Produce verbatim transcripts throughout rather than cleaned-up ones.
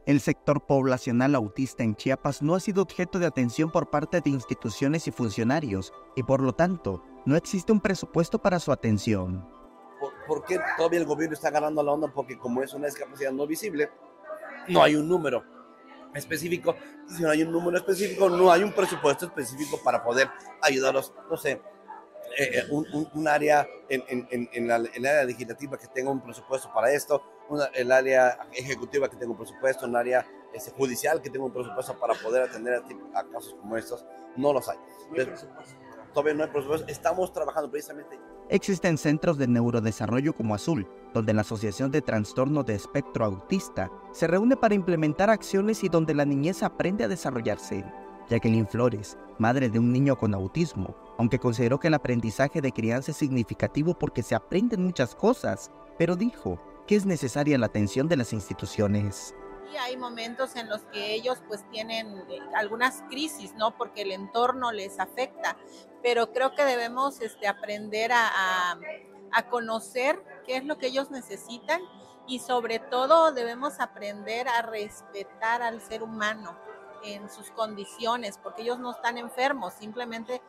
El sector poblacional autista en Chiapas no ha sido objeto de atención por parte de instituciones y funcionarios, y por lo tanto, no existe un presupuesto para su atención. ¿Por, por qué todavía el gobierno está agarrando la onda? Porque como es una discapacidad no visible, no hay un número específico. Si no hay un número específico, no hay un presupuesto específico para poder ayudarlos, no sé, eh, un, un, un área en, en, en, la, en el área legislativa que tenga un presupuesto para esto, una, el área ejecutiva que tenga un presupuesto, un área este, judicial que tenga un presupuesto para poder atender a, a casos como estos, no los hay. Entonces, todavía no hay presupuesto, estamos trabajando precisamente. Existen centros de neurodesarrollo como Azul, donde la Asociación de Trastorno de Espectro Autista se reúne para implementar acciones y donde la niñez aprende a desarrollarse. Jacqueline Flores, madre de un niño con autismo, aunque consideró que el aprendizaje de crianza es significativo porque se aprenden muchas cosas, pero dijo que es necesaria la atención de las instituciones. Y hay momentos en los que ellos pues tienen algunas crisis, ¿no? Porque el entorno les afecta, pero creo que debemos este, aprender a, a, a conocer qué es lo que ellos necesitan y sobre todo debemos aprender a respetar al ser humano en sus condiciones, porque ellos no están enfermos, simplemente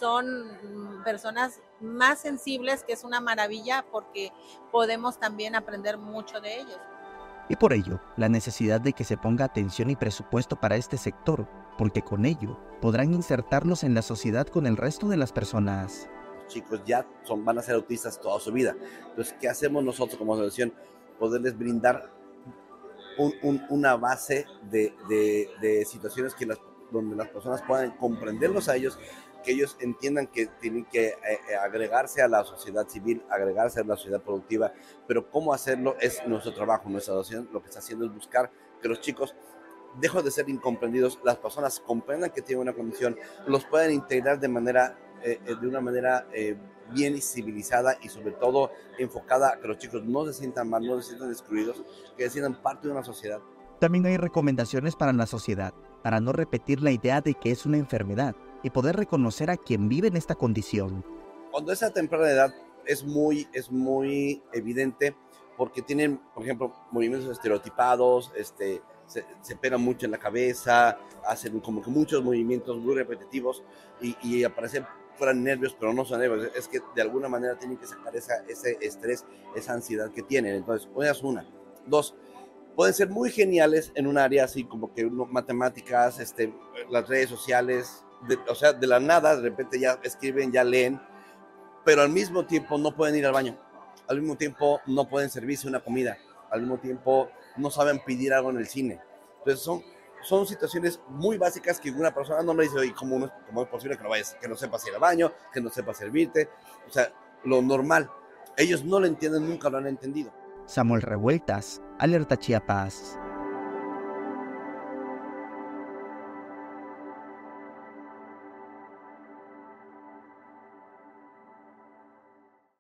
son personas más sensibles, que es una maravilla porque podemos también aprender mucho de ellos. Y por ello, la necesidad de que se ponga atención y presupuesto para este sector, porque con ello podrán insertarlos en la sociedad con el resto de las personas. Los chicos ya son, van a ser autistas toda su vida. Entonces, ¿qué hacemos nosotros como asociación? Poderles brindar un, un, una base de, de, de situaciones que las, donde las personas puedan comprenderlos a ellos, que ellos entiendan que tienen que eh, agregarse a la sociedad civil, agregarse a la sociedad productiva, pero cómo hacerlo es nuestro trabajo, nuestra asociación lo que está haciendo es buscar que los chicos dejen de ser incomprendidos, las personas comprendan que tienen una condición, los puedan integrar de manera, eh, de una manera eh, bien civilizada y sobre todo enfocada a que los chicos no se sientan mal, no se sientan excluidos, que se sientan parte de una sociedad. También hay recomendaciones para la sociedad, para no repetir la idea de que es una enfermedad y poder reconocer a quien vive en esta condición. Cuando es a temprana edad es muy, es muy evidente porque tienen, por ejemplo, movimientos estereotipados, este, se, se pegan mucho en la cabeza, hacen como que muchos movimientos muy repetitivos y, y aparecen fueran nervios, pero no son nervios, es que de alguna manera tienen que sacar esa, ese estrés, esa ansiedad que tienen. Entonces, una es una. Dos, pueden ser muy geniales en un área así como que uno, matemáticas, este, las redes sociales, de, o sea, de la nada, de repente ya escriben, ya leen, pero al mismo tiempo no pueden ir al baño, al mismo tiempo no pueden servirse una comida, al mismo tiempo no saben pedir algo en el cine. Entonces son, son situaciones muy básicas que una persona no le dice, oye, ¿cómo, no, ¿cómo es posible que no vayas, que no sepas ir al baño, que no sepas servirte? O sea, lo normal. Ellos no lo entienden, nunca lo han entendido. Samuel Revueltas, Alerta Chiapas.